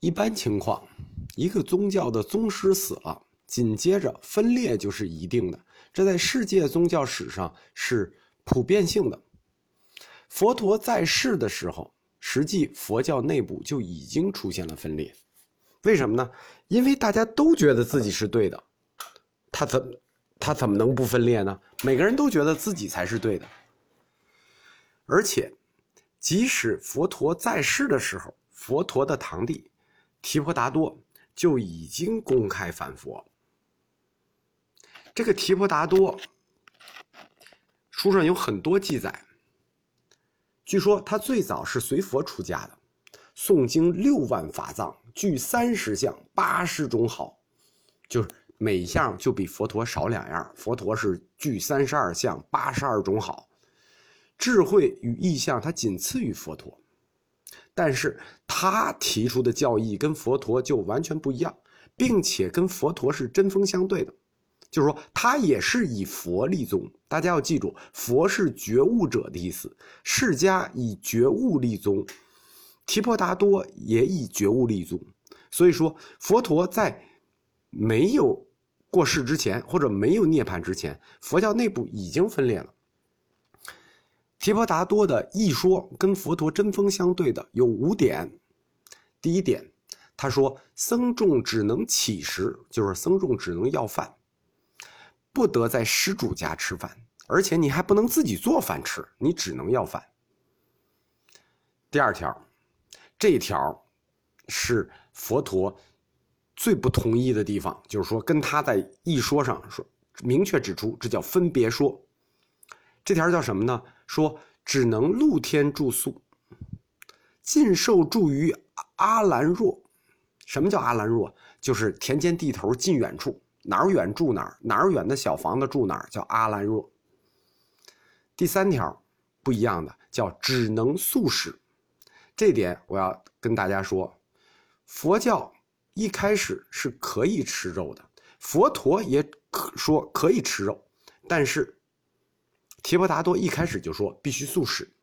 一般情况，一个宗教的宗师死了，紧接着分裂就是一定的，这在世界宗教史上是普遍性的。佛陀在世的时候，实际佛教内部就已经出现了分裂。为什么呢？因为大家都觉得自己是对的，他怎么能不分裂呢？每个人都觉得自己才是对的。而且即使佛陀在世的时候，佛陀的堂弟提婆达多就已经公开反佛。这个提婆达多书上有很多记载，据说他最早是随佛出家的，诵经6万法藏，具30项80种好，就是每项就比佛陀少2样。佛陀是具32项82种好，智慧与意象他仅次于佛陀。但是他提出的教义跟佛陀就完全不一样，并且跟佛陀是针锋相对的。就是说他也是以佛立宗，大家要记住，佛是觉悟者的意思，释迦以觉悟立宗，提婆达多也以觉悟立宗。所以说佛陀在没有过世之前，或者没有涅槃之前，佛教内部已经分裂了。提婆达多的义说跟佛陀针锋相对的有5点。第一点，他说僧众只能乞食，就是僧众只能要饭，不得在施主家吃饭，而且你还不能自己做饭吃，你只能要饭。第二条，这一条是佛陀最不同意的地方，就是说跟他在义说上说明确指出，这叫分别说。这条叫什么呢？说只能露天住宿，尽受住于阿兰若。什么叫阿兰若？就是田间地头近远处，哪儿远住哪儿，哪儿远的小房子住哪儿，叫阿兰若。第3条不一样的，叫只能素食。这点我要跟大家说，佛教一开始是可以吃肉的，佛陀也说可以吃肉，但是提婆达多一开始就说必须素食。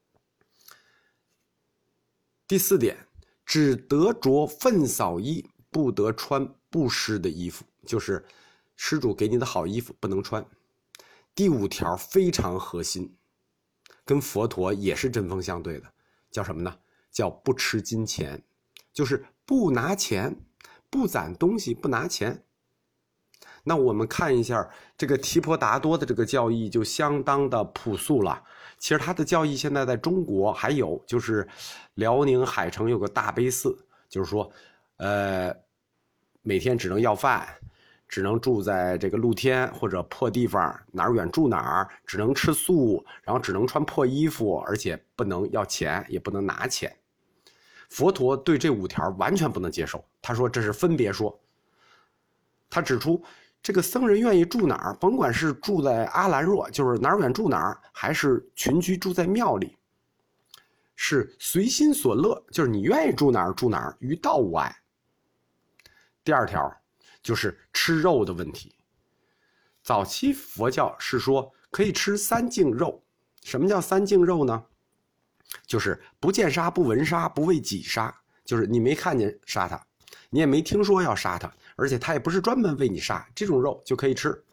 第4点，只得着粪扫衣，不得穿布施的衣服，就是施主给你的好衣服不能穿。第5条非常核心，跟佛陀也是针锋相对的，叫什么呢？叫不吃金钱，就是不拿钱，不攒东西，不拿钱。那我们看一下这个提婆达多的这个教义就相当的朴素了。其实他的教义现在在中国还有，就是辽宁海城有个大悲寺，就是说每天只能要饭，只能住在这个露天或者破地方，哪儿远住哪儿，只能吃素，然后只能穿破衣服，而且不能要钱，也不能拿钱。佛陀对这5条完全不能接受，他说这是分别说。他指出这个僧人愿意住哪儿，甭管是住在阿兰若，就是哪儿远住哪儿，还是群居住在庙里，是随心所乐，就是你愿意住哪儿住哪儿，于道无碍。第2条就是吃肉的问题。早期佛教是说可以吃3净肉。什么叫3净肉呢？就是不见杀，不闻杀，不为己杀，就是你没看见杀他，你也没听说要杀他，而且他也不是专门为你杀，这种肉就可以吃。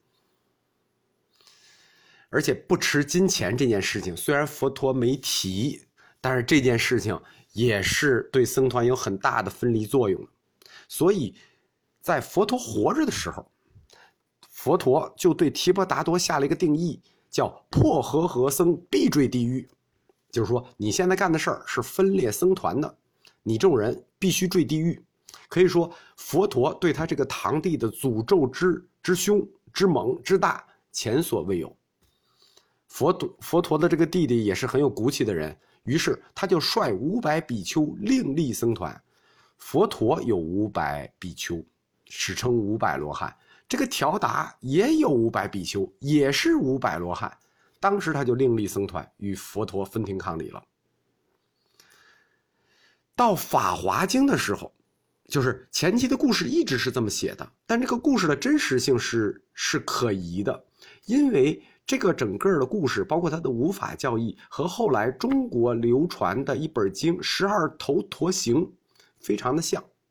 而且不吃金钱这件事情，虽然佛陀没提，但是这件事情也是对僧团有很大的分离作用。所以在佛陀活着的时候，佛陀就对提婆达多下了一个定义，叫破和合僧必坠地狱。就是说你现在干的事儿是分裂僧团的，你这种人必须坠地狱。可以说佛陀对他这个堂弟的诅咒之凶之猛之大，前所未有。佛陀的这个弟弟也是很有骨气的人，于是他就率500比丘另立僧团。佛陀有500比丘，史称500罗汉。这个调达也有500比丘，也是500罗汉。当时他就另立僧团，与佛陀分庭抗礼了。到《法华经》的时候，就是前期的故事一直是这么写的，但这个故事的真实性是可疑的，因为这个整个的故事，包括它的无法教义和后来中国流传的一本经《12头陀行》非常的像。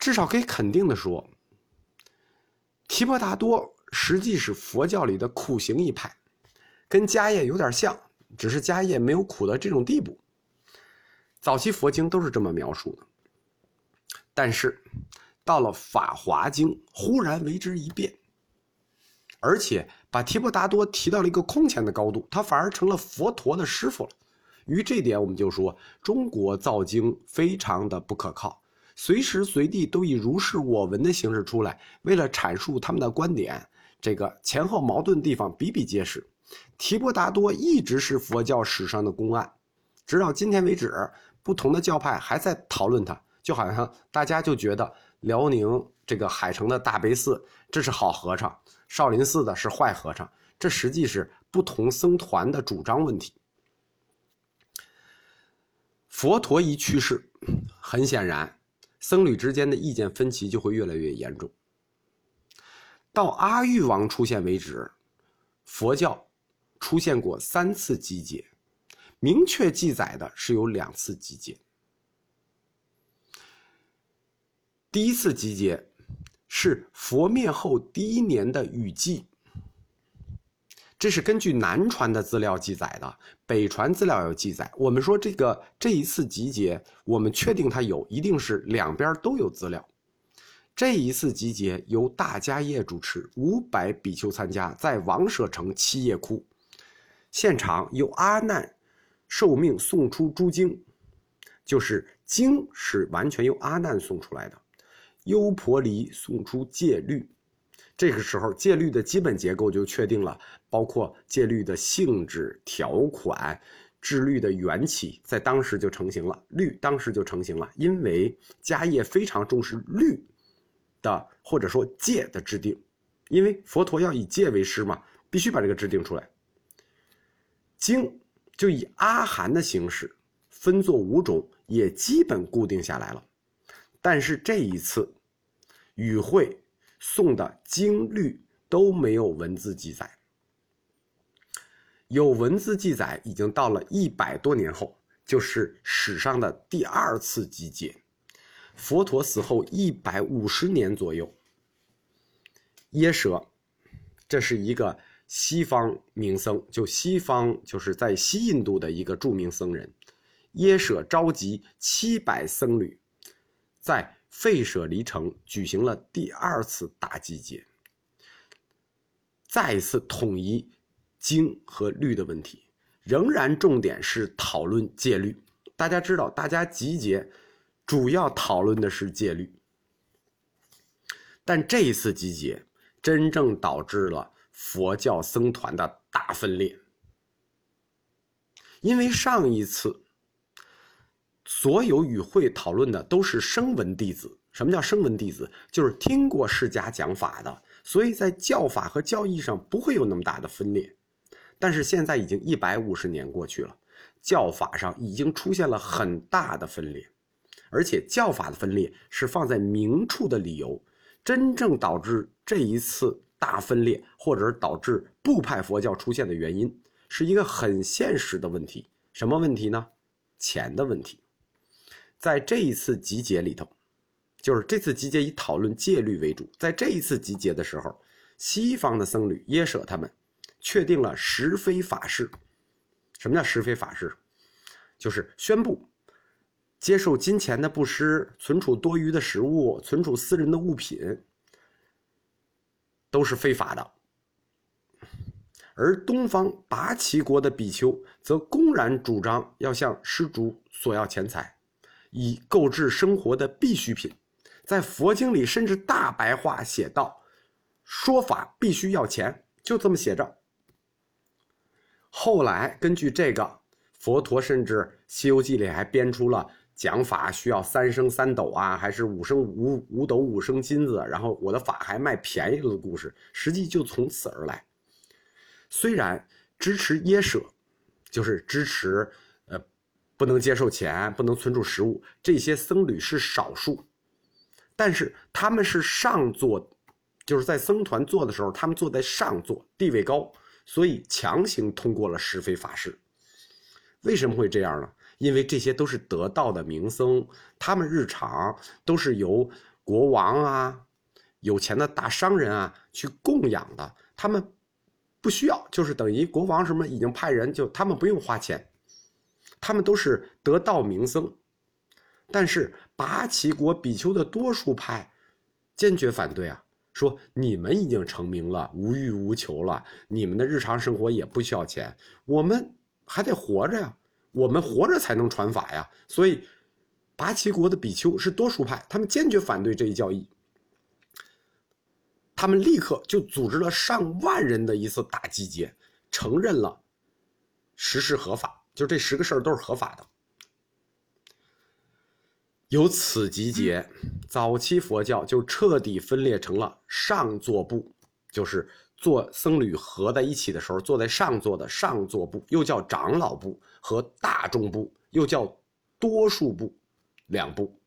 至少可以肯定的说，提婆达多实际是佛教里的苦行一派，跟迦叶有点像，只是迦叶没有苦到这种地步。早期佛经都是这么描述的，但是到了《法华经》忽然为之一变，而且把提婆达多提到了一个空前的高度，他反而成了佛陀的师傅了。于这点我们就说，中国造经非常的不可靠，随时随地都以如是我闻的形式出来，为了阐述他们的观点，这个前后矛盾的地方比比皆是。提婆达多一直是佛教史上的公案，直到今天为止，不同的教派还在讨论它，就好像大家就觉得辽宁这个海城的大悲寺这是好和尚，少林寺的是坏和尚，这实际是不同僧团的主张问题。佛陀一去世，很显然僧侣之间的意见分歧就会越来越严重。到阿育王出现为止，佛教出现过3次集结，明确记载的是有2次集结。第一次集结是佛灭后第1年的雨季，这是根据南传的资料记载的，北传资料有记载。我们说这一次集结，我们确定它有，一定是两边都有资料。这一次集结由大迦叶主持，500比丘参加，在王舍城七叶窟，现场由阿难受命诵出诸经，就是经是完全由阿难诵出来的，优婆离诵出戒律。这个时候戒律的基本结构就确定了，包括戒律的性质、条款、制律的缘起，在当时就成型了，律当时就成型了。因为迦叶非常重视律的或者说戒的制定，因为佛陀要以戒为师嘛，必须把这个制定出来。经就以阿含的形式分作5种，也基本固定下来了。但是这一次与会诵的经律都没有文字记载，有文字记载已经到了100多年后，就是史上的第2次集结，佛陀死后150年左右。耶舍，这是一个西方名僧，就是在西印度的一个著名僧人。耶舍召集700僧侣，在费舍离城举行了第2次大集结，再一次统一经和律的问题，仍然重点是讨论戒律。大家知道，大家集结主要讨论的是戒律，但这一次集结真正导致了佛教僧团的大分裂。因为上一次所有与会讨论的都是声闻弟子。什么叫声闻弟子？就是听过释迦讲法的，所以在教法和教义上不会有那么大的分裂。但是现在已经150年过去了，教法上已经出现了很大的分裂，而且教法的分裂是放在明处的理由，真正导致这一次大分裂或者导致部派佛教出现的原因，是一个很现实的问题。什么问题呢？钱的问题。在这一次集结里头，就是这次集结以讨论戒律为主，在这一次集结的时候，西方的僧侣耶舍他们确定了十非法事。什么叫十非法事？就是宣布接受金钱的布施，存储多余的食物，存储私人的物品，都是非法的。而东方拔岐国的比丘则公然主张要向施主索要钱财，以购置生活的必需品。在佛经里甚至大白话写道，说法必须要钱，就这么写着。后来根据这个，佛陀甚至《西游记》里还编出了讲法需要3升3斗啊，还是5斗5升金子，然后我的法还卖便宜了的故事，实际就从此而来。虽然支持耶舍，就是支持不能接受钱，不能存储食物，这些僧侣是少数，但是他们是上座，就是在僧团做的时候，他们坐在上座，地位高，所以强行通过了十非法事。为什么会这样呢？因为这些都是得道的名僧，他们日常都是由国王啊、有钱的大商人啊去供养的，他们不需要，就是等于国王什么已经派人，就他们不用花钱，他们都是得道名僧。但是拔旗国比丘的多数派坚决反对啊，说你们已经成名了，无欲无求了，你们的日常生活也不需要钱，我们还得活着呀，我们活着才能传法呀。所以拔旗国的比丘是多数派，他们坚决反对这一教义，他们立刻就组织了上万人的一次大集结，承认了十事合法，就这10个事儿都是合法的。由此集结，早期佛教就彻底分裂成了上座部，就是做僧侣合在一起的时候坐在上座的上座部，又叫长老部，和大众部，又叫多数部，2部。